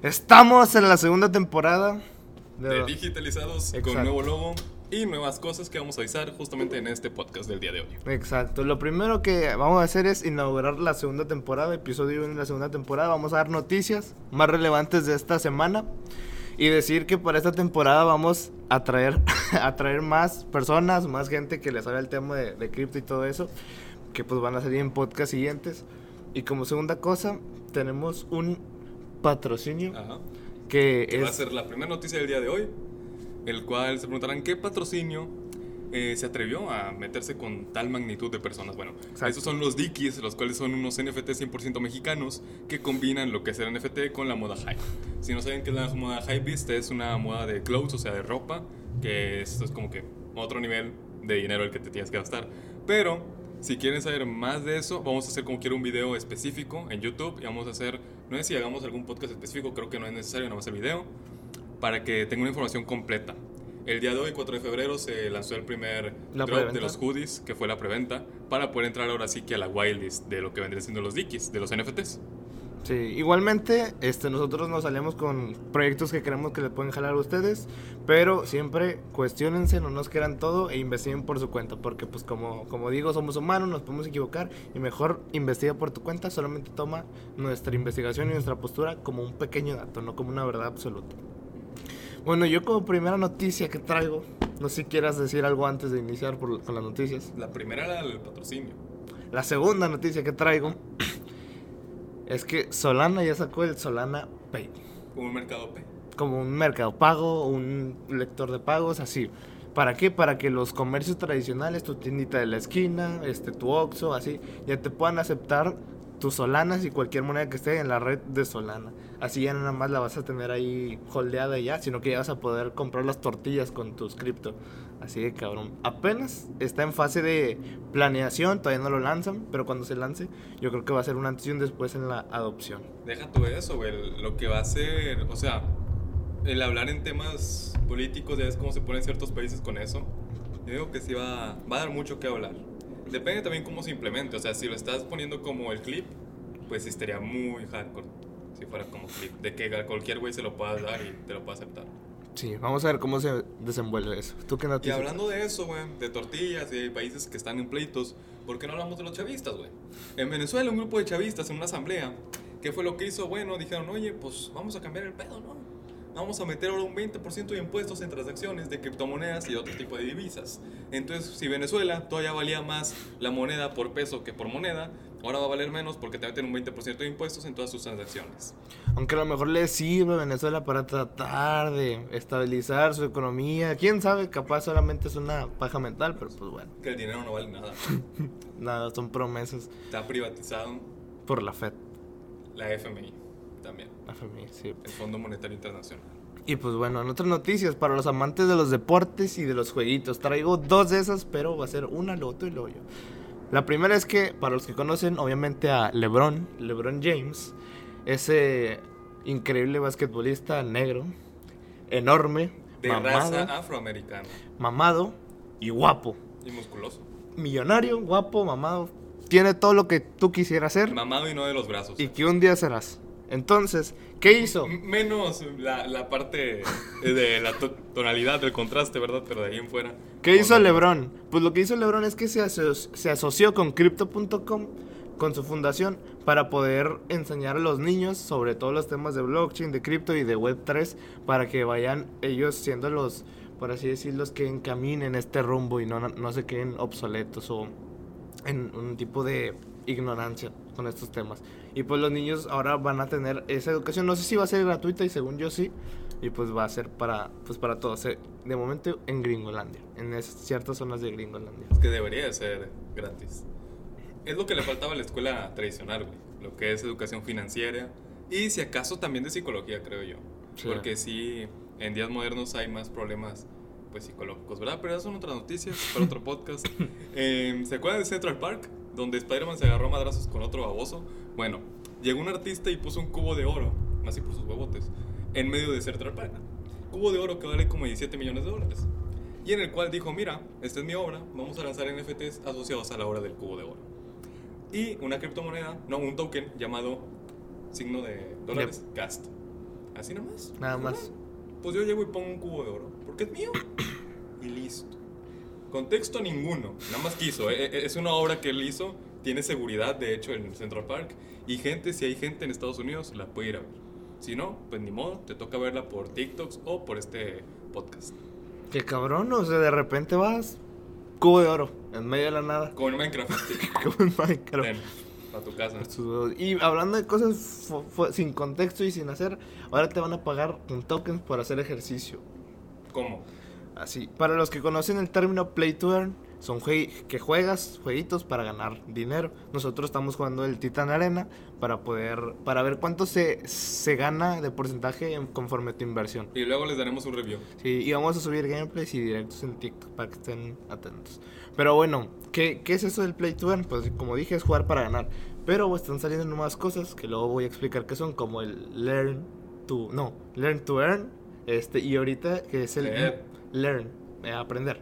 Estamos en la segunda temporada de Digitalizados. Exacto. Con nuevo logo y nuevas cosas que vamos a avisar justamente en este podcast del día de hoy. Exacto, lo primero que vamos a hacer es inaugurar la segunda temporada, episodio 1 de la segunda temporada. Vamos a dar noticias más relevantes de esta semana y decir que para esta temporada vamos a traer más personas, más gente que les haga el tema de cripto y todo eso, que pues van a salir en podcast siguientes. Y como segunda cosa, tenemos un patrocinio. Ajá. Que va a ser la primera noticia del día de hoy, el cual se preguntarán qué patrocinio se atrevió a meterse con tal magnitud de personas. Bueno, Exacto. Esos son los Dickies, los cuales son unos NFT 100% mexicanos que combinan lo que es el NFT con la moda hype. Si no saben qué es la moda hype, esta es una moda de clothes, o sea, de ropa, que esto es como que otro nivel de dinero el que te tienes que gastar. Pero si quieren saber más de eso, vamos a hacer como quiera un video específico en YouTube y vamos a hacer, no sé si hagamos algún podcast específico, creo que no es necesario, no va a ser video, para que tenga una información completa. El día de hoy, 4 de febrero, se lanzó el primer drop de los hoodies, que fue la preventa, para poder entrar ahora sí que a la whitelist de lo que vendrían siendo los Dickies, de los NFTs. Sí, igualmente nosotros nos salimos con proyectos que creemos que le pueden jalar a ustedes, pero siempre cuestionense, no nos quieran todo e investiguen por su cuenta, porque pues como digo, somos humanos, nos podemos equivocar y mejor investiga por tu cuenta, solamente toma nuestra investigación y nuestra postura como un pequeño dato, no como una verdad absoluta. Bueno, yo como primera noticia que traigo, no sé si quieras decir algo antes de iniciar con las noticias. La primera era el patrocinio. La segunda noticia que traigo es que Solana ya sacó el Solana Pay. Como un mercado P. Como un mercado pago, un lector de pagos, así. ¿Para qué? Para que los comercios tradicionales, tu tiendita de la esquina, tu Oxxo, así, ya te puedan aceptar tus Solanas y cualquier moneda que esté en la red de Solana. Así ya nada más la vas a tener ahí holdeada ya, sino que ya vas a poder comprar las tortillas con tus cripto. Así de cabrón. Apenas está en fase de planeación, todavía no lo lanzan, pero cuando se lance, yo creo que va a ser un antes y un después en la adopción. Deja tú eso, güey. Lo que va a ser, o sea, el hablar en temas políticos, ya ves cómo se ponen ciertos países con eso. Yo digo que sí va a dar mucho que hablar. Depende también cómo se implemente, o sea, si lo estás poniendo como el clip, pues sí estaría muy hardcore. Si fuera como clip, de que a cualquier güey se lo puedas dar y te lo pueda aceptar. Sí, vamos a ver cómo se desenvuelve eso. ¿Tú qué noticias? Y hablando de eso, güey, de tortillas y de países que están en pleitos, ¿por qué no hablamos de los chavistas, güey? En Venezuela, un grupo de chavistas en una asamblea, ¿qué fue lo que hizo? Bueno, dijeron, oye, pues vamos a cambiar el pedo, ¿no? Vamos a meter ahora un 20% de impuestos en transacciones de criptomonedas y otro tipo de divisas. Entonces, si Venezuela todavía valía más la moneda por peso que por moneda, ahora va a valer menos porque te meten un 20% de impuestos en todas sus transacciones. Aunque a lo mejor le sirve a Venezuela para tratar de estabilizar su economía. Quién sabe, capaz solamente es una paja mental, pero pues bueno. Que el dinero no vale nada. Nada, son promesas. Está privatizado. Por la FED. La FMI también. La FMI, sí. El Fondo Monetario Internacional. Y pues bueno, en otras noticias, para los amantes de los deportes y de los jueguitos, traigo dos de esas, pero va a ser una, lo otro y lo yo. La primera es que, para los que conocen, obviamente a LeBron James, ese increíble basquetbolista negro, enorme, de mamado, raza afroamericana, mamado y guapo. Y musculoso. Millonario, guapo, mamado, tiene todo lo que tú quisieras ser. Mamado y no de los brazos. Y que un día serás. Entonces, ¿qué hizo? Menos la parte de la tonalidad del contraste, ¿verdad? Pero de ahí en fuera. ¿Qué hizo LeBron? Pues lo que hizo LeBron es que se asoció con Crypto.com, con su fundación, para poder enseñar a los niños sobre todos los temas de blockchain, de cripto y de Web3, para que vayan ellos siendo los, por así decirlo, que encaminen este rumbo y no se queden obsoletos o en un tipo de ignorancia con estos temas. Y pues los niños ahora van a tener esa educación, no sé si va a ser gratuita y según yo sí, y pues va a ser para todos, de momento en Gringolandia, en ciertas zonas de Gringolandia. Es que debería de ser gratis. Es lo que le faltaba a la escuela tradicional, güey. Lo que es educación financiera y si acaso también de psicología, creo yo. Sí. Porque sí, en días modernos hay más problemas pues psicológicos, ¿verdad? Pero esas son otras noticias para otro podcast. ¿Se acuerdan de Central Park? Donde Spider-Man se agarró a madrazos con otro baboso. Bueno, llegó un artista y puso un cubo de oro, así por sus huevotes, en medio de Central Park. Cubo de oro que vale como $17 millones. Y en el cual dijo, mira, esta es mi obra, vamos a lanzar NFTs asociados a la obra del cubo de oro. Y una criptomoneda, no, un token llamado signo de dólares, Cast. Así nada más. Nada más. Pues yo llego y pongo un cubo de oro, porque es mío. Y listo. Contexto ninguno, nada más quiso. Es una obra que él hizo, tiene seguridad, de hecho, en Central Park. Y gente, si hay gente en Estados Unidos, la puede ir a ver. Si no, pues ni modo, te toca verla por TikToks o por este podcast. Qué cabrón, o sea, de repente vas, cubo de oro, en medio de la nada. Como en Minecraft. Como en Minecraft. Ten, a tu casa. Y hablando de cosas sin contexto y sin hacer, ahora te van a pagar con tokens por hacer ejercicio. ¿Cómo? Así, para los que conocen el término play to earn, son que juegas jueguitos para ganar dinero. Nosotros estamos jugando el Titan Arena para ver cuánto se gana de porcentaje conforme a tu inversión. Y luego les daremos un review. Sí, y vamos a subir gameplays y directos en TikTok para que estén atentos. Pero bueno, ¿qué es eso del play to earn? Pues como dije, es jugar para ganar. Pero están saliendo nuevas cosas que luego voy a explicar qué son, como el learn to earn. Y ahorita que es el learn. Aprender.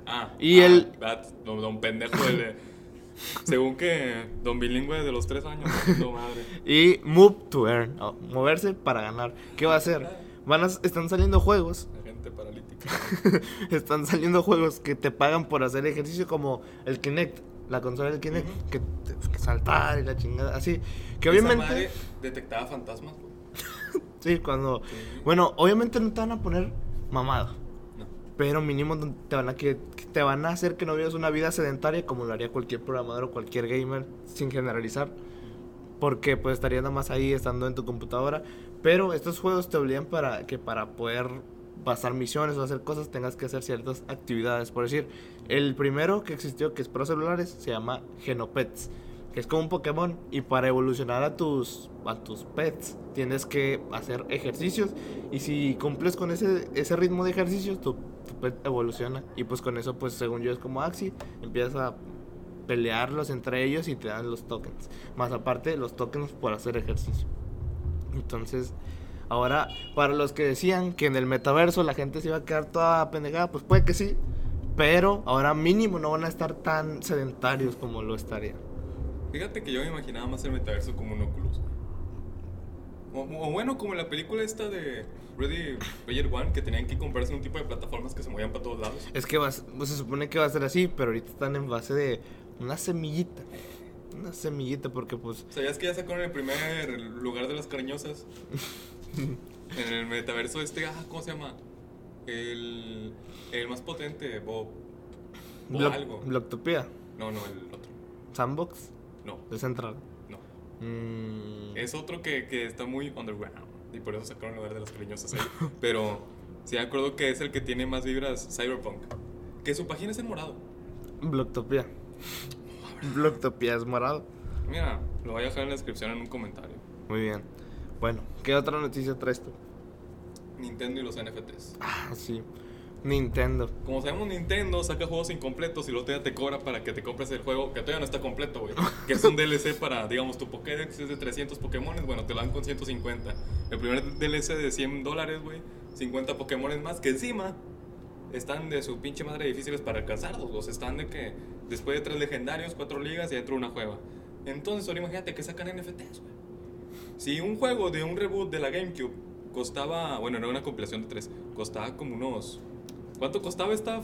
Don pendejo según que don bilingüe de los 3 años. No, madre. Y move to earn, moverse para ganar. ¿Qué va a hacer? Están saliendo juegos. La gente paralítica. Están saliendo juegos que te pagan por hacer ejercicio, como el Kinect, la consola del Kinect, que saltar y la chingada, así. Que obviamente esa madre detectaba fantasmas. Sí, cuando bueno, obviamente no te van a poner mamado. Pero mínimo te van a hacer que no vivas una vida sedentaria como lo haría cualquier programador o cualquier gamer, sin generalizar. Porque pues estarías nada más ahí estando en tu computadora. Pero estos juegos te obligan para poder pasar misiones o hacer cosas tengas que hacer ciertas actividades. Por decir, el primero que existió, que es para celulares, se llama Genopets, que es como un Pokémon, y para evolucionar a tus pets tienes que hacer ejercicios, y si cumples con ese ritmo de ejercicios, tu pet evoluciona, y pues con eso, pues según yo es como Axie, empiezas a pelearlos entre ellos y te dan los tokens, más aparte los tokens por hacer ejercicio. Entonces, ahora, para los que decían que en el metaverso la gente se iba a quedar toda pendejada, pues puede que sí, pero ahora mínimo no van a estar tan sedentarios como lo estarían. Fíjate que yo me imaginaba más el metaverso como un Oculus. O bueno, como en la película esta de Ready Player One, que tenían que comprarse un tipo de plataformas que se movían para todos lados. Es que pues se supone que va a ser así, pero ahorita están en base de una semillita. Una semillita, porque pues... ¿Sabías que ya sacaron el primer lugar de las cariñosas? En el metaverso ¿cómo se llama? El más potente, Bob algo. Blocktopia. No, el otro. Sandbox. No. El Central. No. Es otro que está muy underground y por eso sacaron el lugar de las cariñosas ahí. Pero sí me acuerdo que es el que tiene más vibras Cyberpunk. Que su página es en morado. Blocktopia. Blocktopia es morado. Mira, lo voy a dejar en la descripción en un comentario. Muy bien. Bueno, ¿qué otra noticia traes tú? Nintendo y los NFTs. Sí. Nintendo. Como sabemos, Nintendo saca juegos incompletos y luego todavía te cobra para que te compres el juego que todavía no está completo, güey. Que es un DLC para, digamos, tu Pokédex es de 300 Pokémones, bueno, te lo dan con 150. El primer DLC de $100, güey, 50 Pokémones más, que encima están de su pinche madre difíciles para alcanzarlos. O sea, están de que después de 3 legendarios, 4 ligas y dentro de una cueva. Entonces, ahora imagínate que sacan NFTs, güey. Si un juego de un reboot de la GameCube costaba, bueno, era una compilación de 3, costaba como unos... ¿Cuánto costaba, Staff?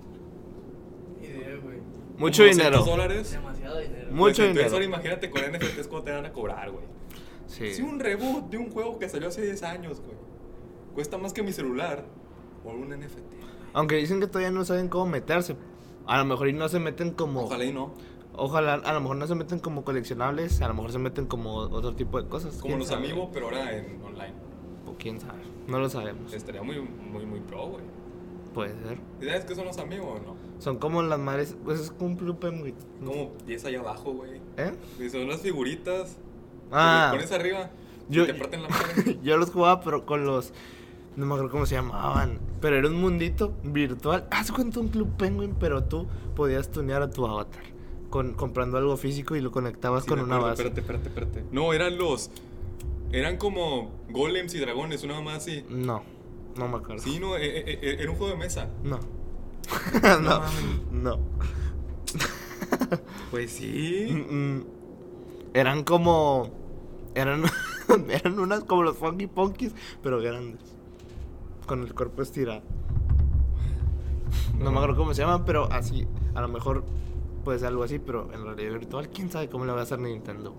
Idea, güey. Mucho dinero. $200. Demasiado dinero. Mucho Entonces, dinero. ahora imagínate con NFTs cuánto te van a cobrar, güey. Sí. Si un reboot de un juego que salió hace 10 años, güey, cuesta más que mi celular por un NFT. Aunque dicen que todavía no saben cómo meterse. A lo mejor y no se meten como... Ojalá y no. Ojalá, a lo mejor no se meten como coleccionables, a lo mejor se meten como otro tipo de cosas. Como los amigos, pero ahora en online. O quién sabe, no lo sabemos. Estaría muy pro, güey. Puede ser. ¿Y sabes qué son los amigos o no? Son como las madres, pues es como un Blue Penguin. Como 10 allá abajo, güey. ¿Eh? Y son las figuritas. Ah. Que le pones arriba Yo- y te parten la madre. Yo los jugaba, pero con los... No me acuerdo cómo se llamaban. Pero era un mundito virtual. Haz cuenta un Club Penguin, pero tú podías tunear a tu avatar. Comprando algo físico y lo conectabas Sí, con me una acuerdo, base. Espérate. No, eran como golems y dragones, una mamá así. No me acuerdo. Sí, no, era un juego de mesa. No. No no. mames. No. Pues sí. Eran como... Eran unas como los Funky Punkies, pero grandes. Con el cuerpo estirado. No me acuerdo cómo se llaman, pero así. A lo mejor puede ser algo así, pero en realidad virtual, quién sabe cómo le va a hacer Nintendo.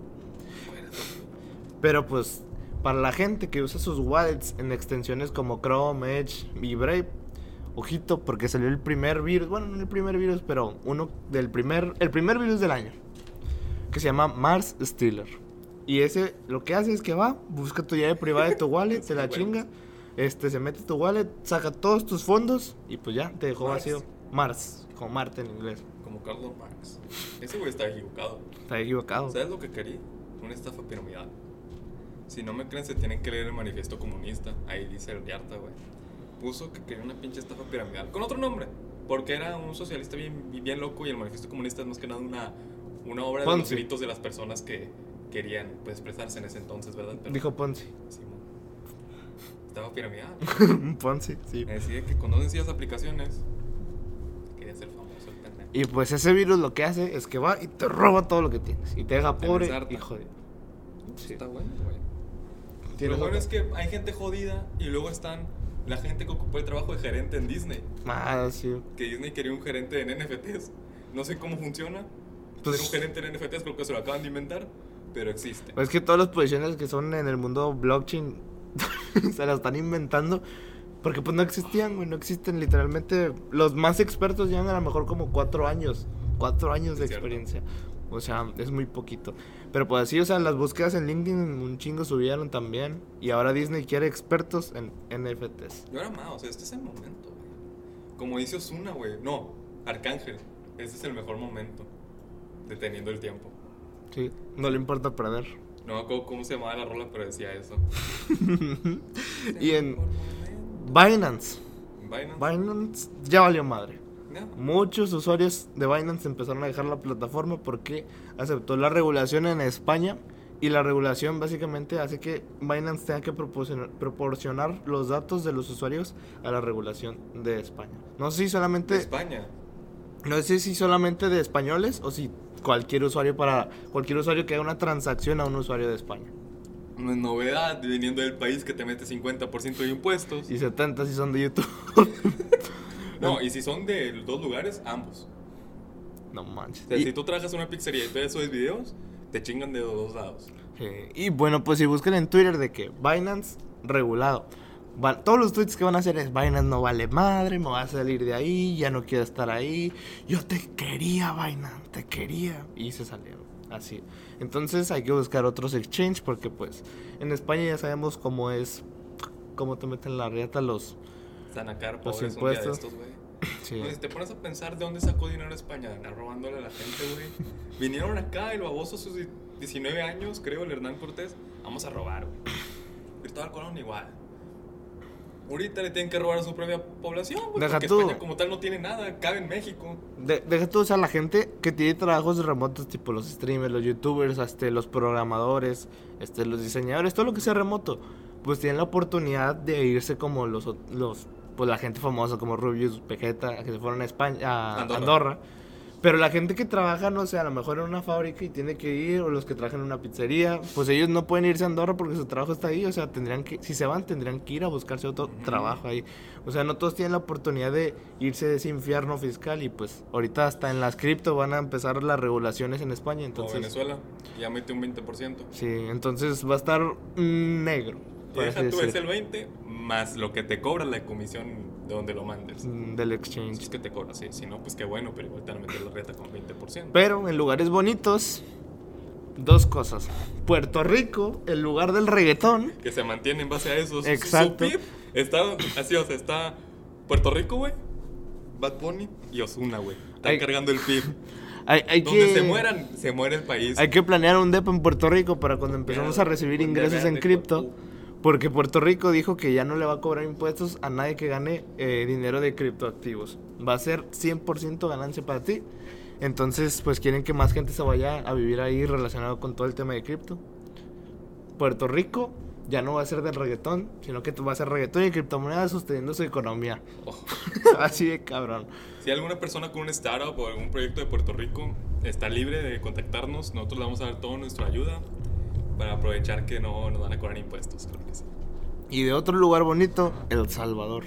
Pero pues, para la gente que usa sus wallets en extensiones como Chrome, Edge y Brave, ojito, porque salió el primer virus. Bueno, no el primer virus, pero el primer virus del año, que se llama Mars Stealer. Y ese lo que hace es que va, busca tu llave privada de tu wallet, se la chinga, se mete tu wallet, saca todos tus fondos y pues ya, te dejó Mars. vacío. Mars, como Marte en inglés. Como Carlos Marx. Ese güey está equivocado. Está equivocado. ¿Sabes lo que quería? Una estafa piramidal. Si no me creen, se tienen que leer el manifiesto comunista. Ahí dice el Yarta, güey. Puso que quería una pinche estafa piramidal. Con otro nombre. Porque era un socialista bien loco. Y el manifiesto comunista es más que nada una obra de los Ponzi. gritos de las personas que querían pues, expresarse en ese entonces, ¿verdad? Pero, Dijo Ponzi. sí, estafa piramidal. Un Ponzi, sí. Me decía que con dos sencillas aplicaciones quería ser famoso el pendejo. Y pues ese virus lo que hace es que va y te roba todo lo que tienes. Y te deja Te pobre ensarta. y jodido. Sí. Está bueno, güey. ¿Tienes Lo bueno otra? es que hay gente jodida y luego están la gente que ocupó el trabajo de gerente en Disney. Ah, sí. Que Disney quería un gerente en NFTs. No sé cómo funciona. Pues- Ser un gerente en NFTs creo que se lo acaban de inventar, pero existe. Es que todas las posiciones que son en el mundo blockchain se las están inventando. Porque pues no existían, güey, no existen literalmente. Los más expertos llevan a lo mejor como 4 años. 4 años de Es cierto. experiencia. O sea, es muy poquito. Pero pues así, o sea, las búsquedas en LinkedIn un chingo subieron también. Y ahora Disney quiere expertos en NFTs. Y ahora más, o sea, este es el momento, güey. Como dice Ozuna, güey. No, Arcángel. Este es el mejor momento. Deteniendo el tiempo. Sí, no le importa perder. No me acuerdo cómo se llamaba la rola, pero decía eso. Y en Mejor momento. Binance. Binance. Binance ya valió madre. No. Muchos usuarios de Binance empezaron a dejar la plataforma porque aceptó la regulación en España. Y la regulación básicamente hace que Binance tenga que proporcionar los datos de los usuarios a la regulación de España. No sé si De solamente, España. no sé si solamente de españoles o si cualquier usuario que haga una transacción a un usuario de España. No es novedad viniendo del país que te mete 50% de impuestos. Y 70 si son de YouTube. No, y si son de los dos lugares, ambos. No manches. O sea, Y- si tú trabajas en una pizzería y tú subes videos, te chingan de los dos lados. Y bueno, pues si buscan en Twitter de que Binance regulado. Todos los tweets que van a hacer es Binance no vale madre, me voy a salir de ahí, ya no quiero estar ahí. Yo te quería, Binance, te quería. Y se salieron, así. Entonces hay que buscar otros exchange porque pues en España ya sabemos cómo es, cómo te meten la riata los... Sanacar, Los pobres, un día de impuestos. estos, güey. Sí. No, si te pones a pensar de dónde sacó dinero España, andar robándole a la gente, güey. Vinieron acá, el baboso a sus 19 años, creo, el Hernán Cortés. Vamos a robar, güey. Cristóbal Colón igual. Ahorita le tienen que robar a su propia población, güey. Deja Porque tú. España como tal no tiene nada, cabe en México. Deja tú, o sea, la gente que tiene trabajos remotos, tipo los streamers, los youtubers, los programadores, los diseñadores, todo lo que sea remoto, pues tienen la oportunidad de irse como pues la gente famosa como Rubius, Vegeta, que se fueron a España, a Andorra. Andorra. Pero la gente que trabaja, no sé, a lo mejor en una fábrica y tiene que ir, o los que trabajan en una pizzería, pues ellos no pueden irse a Andorra porque su trabajo está ahí, o sea, si se van, tendrían que ir a buscarse otro trabajo ahí. O sea, no todos tienen la oportunidad de irse de ese infierno fiscal y pues ahorita hasta en las cripto van a empezar las regulaciones en España, Como entonces... Venezuela, ya mete un 20%. Sí, entonces va a estar negro. Y por deja así tú, es decir, el 20 más lo que te cobra la comisión de donde lo mandes. del Si exchange. es que te cobra, sí. Si no, pues qué bueno, pero igual te van a meter la reta con 20%. Pero en lugares bonitos, dos cosas. Puerto Rico, el lugar del reggaetón. Que se mantiene en base a eso. Exacto. Su PIB está así, o sea, está Puerto Rico, güey, Bad Bunny y Ozuna, güey. Están Ay. cargando el PIB. Hay Donde que, se mueran, se muere el país. hay que planear un depa en Puerto Rico para cuando empezamos a recibir Un ingresos deber en de cripto. cuerpo. Porque Puerto Rico dijo que ya no le va a cobrar impuestos a nadie que gane dinero de criptoactivos. Va a ser 100% ganancia para ti. Entonces, pues quieren que más gente se vaya a vivir ahí relacionado con todo el tema de cripto. Puerto Rico ya no va a ser del reggaetón, sino que va a ser reggaetón y criptomonedas sosteniendo su economía. Ojo. Así de cabrón. Si alguna persona con un startup o algún proyecto de Puerto Rico está libre de contactarnos, nosotros le vamos a dar toda nuestra ayuda para aprovechar que no nos van a cobrar impuestos, creo que sí. Y de otro lugar bonito, El Salvador.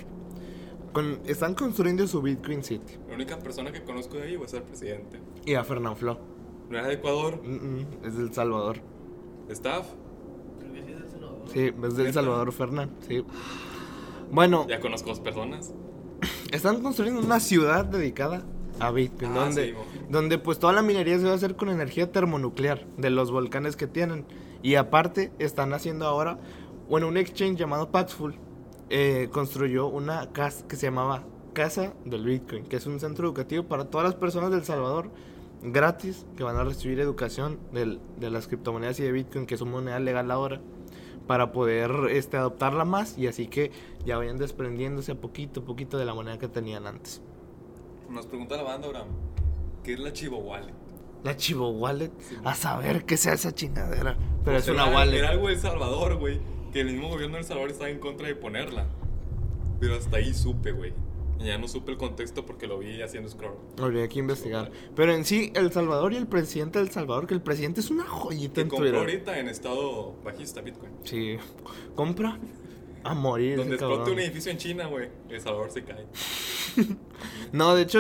Están construyendo su Bitcoin City. La única persona que conozco de ahí va a ser el presidente. Y a Fernanfloo. ¿No era de Ecuador? Es del Salvador. ¿Staff? Creo que sí es El Salvador. Sí, es del ¿Neta? Salvador, Fernán. Sí. Bueno, Ya conozco 2 personas. están construyendo una ciudad dedicada a Bitcoin, Ah, donde, sí, mo. donde pues toda la minería se va a hacer con energía termonuclear de los volcanes que tienen. Y aparte están haciendo ahora, bueno, un exchange llamado Paxful construyó una casa que se llamaba Casa del Bitcoin, que es un centro educativo para todas las personas del Salvador, gratis, que van a recibir educación de las criptomonedas y de Bitcoin, que es una moneda legal ahora, para poder adoptarla más y así que ya vayan desprendiéndose a poquito a poquito de la moneda que tenían antes. Nos pregunta la banda, Abraham, ¿qué es la Chivo Wallet? La Chivo Wallet, Sí. a saber qué sea esa chingadera, pero Pues es una era- wallet. Era algo de El Salvador, güey. Que el mismo gobierno de El Salvador estaba en contra de ponerla. Pero hasta ahí supe, güey. Y ya no supe el contexto porque lo vi haciendo scroll. Habría que investigar. Pero en sí, El Salvador y el presidente del Salvador, que el presidente es una joyita Que en compró Twitter. ahorita en estado bajista Bitcoin. Sí, compra a morir. Donde ese explote cabrón. un edificio en China, güey. El Salvador se cae. No, de hecho,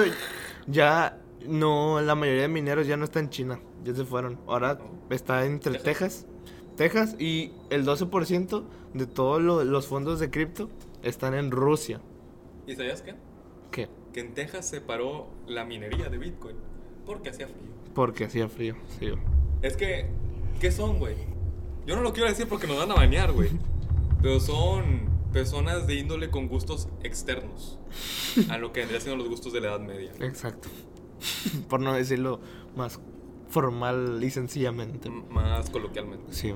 ya no, la mayoría de mineros ya no está en China, ya se fueron. Ahora está entre Texas y el 12% de todos los fondos de cripto están en Rusia. ¿Y sabías qué? ¿Qué? Que en Texas se paró la minería de Bitcoin. Porque hacía frío. Porque hacía frío, sí. Es que, ¿qué son, güey? Yo no lo quiero decir porque nos van a bañar, güey. Pero son personas de índole con gustos externos a lo que vendría siendo los gustos de la Edad Media. Exacto. Por no decirlo más formal y sencillamente. Más coloquialmente. Sí.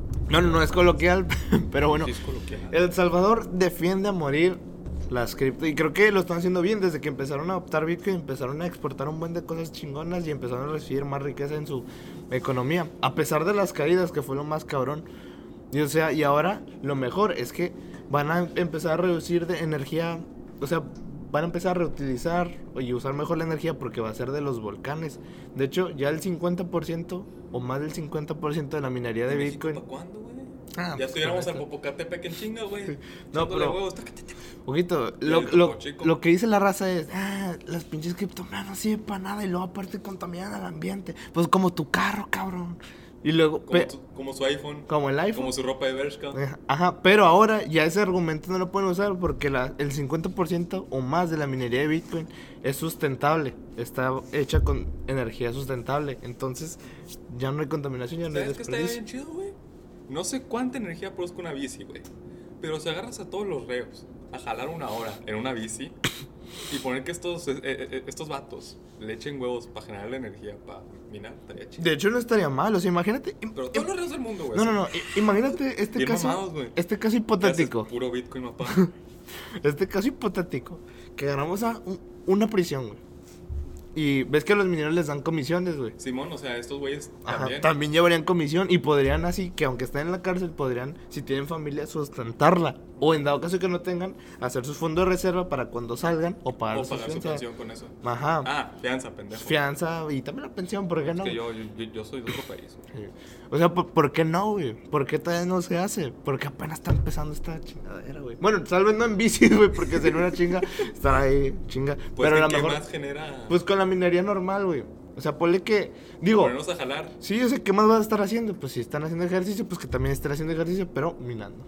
No es coloquial, pero bueno. Sí, es coloquial. El Salvador defiende a morir las cripto y creo que lo están haciendo bien desde que empezaron a adoptar Bitcoin, empezaron a exportar un buen de cosas chingonas y empezaron a recibir más riqueza en su economía, a pesar de las caídas que fue lo más cabrón. Y o sea, y ahora lo mejor es que van a empezar a reducir de energía, o sea, van a empezar a reutilizar y usar mejor la energía porque va a ser de los volcanes. De hecho, ya el 50% o más del 50% de la minería de ¿México Bitcoin. pa' cuándo, güey? Ah, Ya pues, estuviéramos al correcto. Popocatépetl en chinga, güey. No, Echándole pero- huevos, taca, taca, taca. Ojito, Y lo, el lo, Topo Chico. lo que dice la raza es, las pinches criptomonedas no sirven para nada y luego aparte contaminan al ambiente. Pues como tu carro, cabrón. Y luego, Como su iPhone. como el iPhone. Como su ropa de Bershka. Ajá, pero ahora ya ese argumento no lo pueden usar porque el 50% o más de la minería de Bitcoin es sustentable, está hecha con energía sustentable, entonces ya no hay contaminación, ya no hay ¿Sabes qué estaría desperdicio. bien chido, güey? No sé cuánta energía produzca una bici, güey. Pero si agarras a todos los reos a jalar una hora en una bici y poner que estos vatos le echen huevos para generar la energía para minar, estaría chido. De hecho no estaría mal, o sea, imagínate. Pero todos los reos del mundo, güey. No, imagínate este Bien caso, mamados, güey. este caso ¿Qué haces? hipotético, Puro Bitcoin, papá. este caso hipotético, que ganamos a una prisión, güey. Y ves que a los mineros les dan comisiones, güey. Simón, o sea, estos güeyes Ajá, también. también llevarían comisión y podrían así, que aunque estén en la cárcel, podrían, si tienen familia, sustentarla. O en dado caso que no tengan, hacer sus fondos de reserva para cuando salgan o pagar O sus pagar su fianzas. pensión con eso. Ajá, Ah, fianza, pendejo. fianza y también la pensión, ¿por qué Es no? que yo soy de otro país, güey. Sí. O sea, ¿por qué no, güey? ¿Por qué todavía no se hace? Porque apenas está empezando esta chingadera, güey. Bueno, tal vez no en bici, güey, porque sería una chinga estar ahí, chinga. Pues, pero a lo ¿qué mejor, más genera? pues con la minería normal, güey. O sea, ponle que, digo, Ponernos a jalar. sí, yo sé qué más vas a estar haciendo. Pues si están haciendo ejercicio, pues que también estén haciendo ejercicio, pero minando.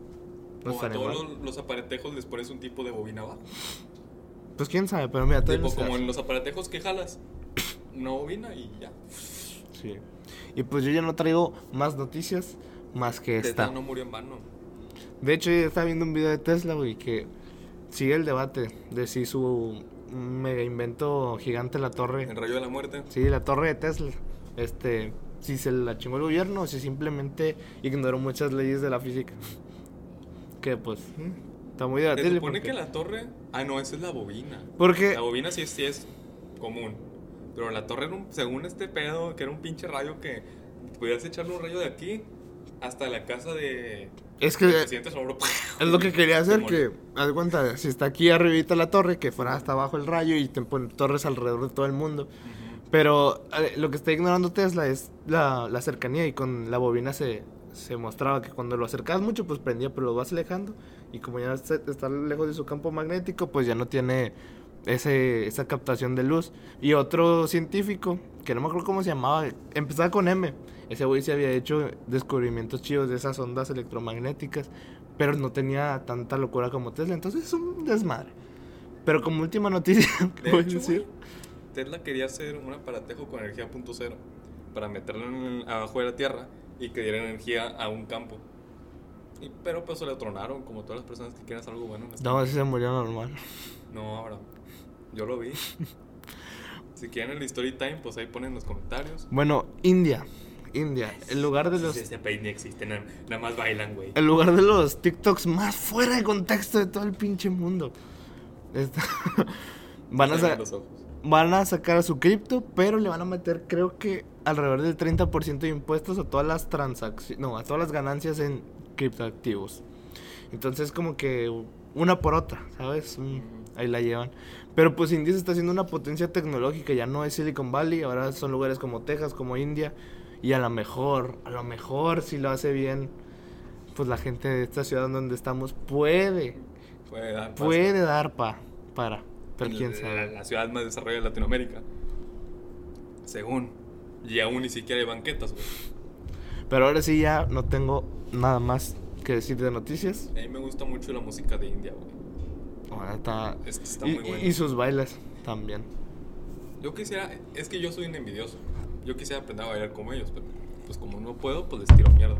No O a estaría todos mal. los aparatejos les pones un tipo de bobina abajo. Pues quién sabe, pero mira, todavía Tipo no se como hace. en los aparatejos que jalas. Una bobina y ya. Sí. Y pues yo ya no traigo más noticias más que esta. Tesla no murió en vano. De hecho, yo estaba viendo un video de Tesla, güey, que sigue el debate de si su mega invento gigante, la torre. El rayo de la muerte. Sí, la torre de Tesla. Si se la chingó el gobierno o si simplemente ignoró muchas leyes de la física. Que pues, está muy Se debatible. supone porque- que la torre. Ah, no, esa es la bobina. Porque, La bobina sí es común. Pero la torre, según este pedo, que era un pinche rayo que podías echarle un rayo de aquí hasta la casa de. es que del presidente Salvador. es lo que quería hacer, Se que, haz de cuenta, si está aquí arribita la torre, que fuera hasta abajo el rayo y te ponen torres alrededor de todo el mundo. Ujú. Pero lo que está ignorando Tesla es la cercanía y con la bobina se se mostraba que cuando lo acercabas mucho, pues prendía, pero lo vas alejando. Y como ya está lejos de su campo magnético, pues ya no tiene esa captación de luz. Y otro científico, que no me acuerdo cómo se llamaba, empezaba con M. Ese güey se había hecho descubrimientos chidos de esas ondas electromagnéticas, pero no tenía tanta locura como Tesla. Entonces es un desmadre. Pero como última noticia, De ¿puedes hecho, decir? Tesla quería hacer un aparatejo con energía punto cero para meterlo abajo de la tierra y que diera energía a un campo. Pero pues se le tronaron, como todas las personas que quieren hacer algo bueno en este No, mundo. ese se murió normal. No, ahora. Yo lo vi. Si quieren el story time, pues ahí ponen en los comentarios. Bueno, India, el lugar de los... Ese país ni existe, nada más bailan, güey. El lugar de los TikToks más fuera de contexto de todo el pinche mundo. Van a, Salen sa- los ojos. van a sacar a su cripto, pero le van a meter, creo que alrededor del 30% de impuestos a todas las transacciones, no, a todas las ganancias en criptoactivos. Entonces, como que una por otra, ¿sabes? Ahí la llevan. Pero pues India se está haciendo una potencia tecnológica, ya no es Silicon Valley, ahora son lugares como Texas, como India. Y a lo mejor, si lo hace bien, pues la gente de esta ciudad donde estamos puede dar para, pero quién sabe. La ciudad más desarrollada de Latinoamérica. Según. Y aún ni siquiera hay banquetas, güey. Pero ahora sí ya no tengo nada más que decir de noticias. A mí me gusta mucho la música de India, güey. Ahora está... Está muy bueno. Y sus bailes también. Yo quisiera, es que yo soy un envidioso. Yo quisiera aprender a bailar como ellos, pero pues como no puedo, pues les tiro mierda.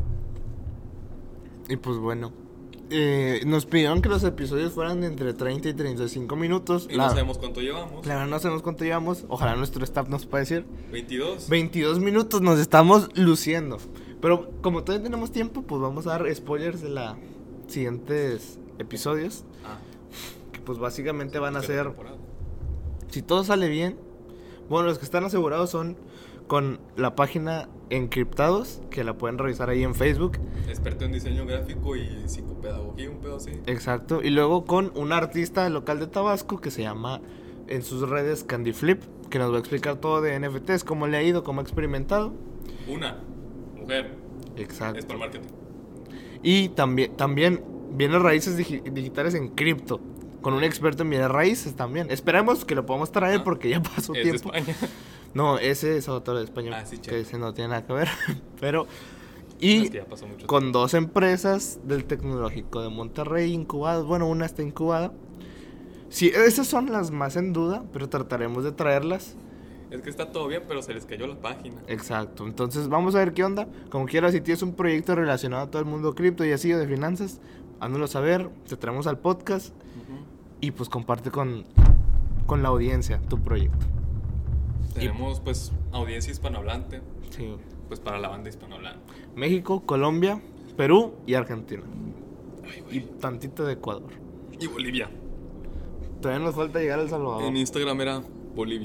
Y pues bueno, nos pidieron que los episodios fueran de entre 30 y 35 minutos. Y no sabemos cuánto llevamos. La verdad no sabemos cuánto llevamos. Ojalá nuestro staff nos pueda decir. 22. 22 minutos nos estamos luciendo. Pero como todavía tenemos tiempo, pues vamos a dar spoilers de los siguientes episodios. Ah, Que pues básicamente van a tercera ser, temporada. si todo sale bien. Bueno, los que están asegurados son con la página Encriptados, que la pueden revisar ahí en Facebook. Experto en diseño gráfico y psicopedagogía, un pedo así. Exacto. Y luego con un artista local de Tabasco que se llama en sus redes Candy Flip, que nos va a explicar todo de NFTs, cómo le ha ido, cómo ha experimentado. Una mujer. Exacto. Es para el marketing. Y también bienes raíces digitales en cripto, con un experto en bienes raíces también. Esperemos que lo podamos traer porque ya pasó Es tiempo. de España. No, ese es otro de español, Ah, sí, que chévere. ese no tiene nada que ver. Pero... Es Y que ya pasó mucho con 2 empresas del tecnológico de Monterrey incubadas. Bueno, una está incubada. Sí, esas son las más en duda, pero trataremos de traerlas. Es que está todo bien, pero se les cayó la página. Exacto. Entonces vamos a ver qué onda. Como quieras, si tienes un proyecto relacionado a todo el mundo cripto y así o de finanzas, háznoslo saber. Te traemos al podcast Ujú. y pues comparte con la audiencia tu proyecto. Tenemos pues audiencia hispanohablante, Sí. pues para la banda hispanohablante. México, Colombia, Perú y Argentina. Ay, Y güey. tantito de Ecuador. Y Bolivia. Todavía nos falta llegar a El Salvador. En Instagram era Bolivia.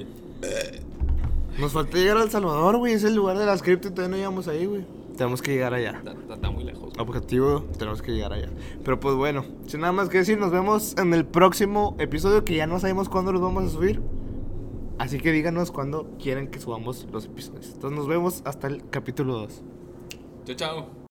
Nos falta llegar a El Salvador, güey. Es el lugar de las cripto y todavía no llegamos ahí, güey. Tenemos que llegar allá. Está muy lejos. güey. Objetivo, tenemos que llegar allá. Pero pues bueno, sin nada más que decir, nos vemos en el próximo episodio que ya no sabemos cuándo los vamos a subir. Así que díganos cuándo quieren que subamos los episodios. Entonces nos vemos hasta el capítulo 2. Chao, chao.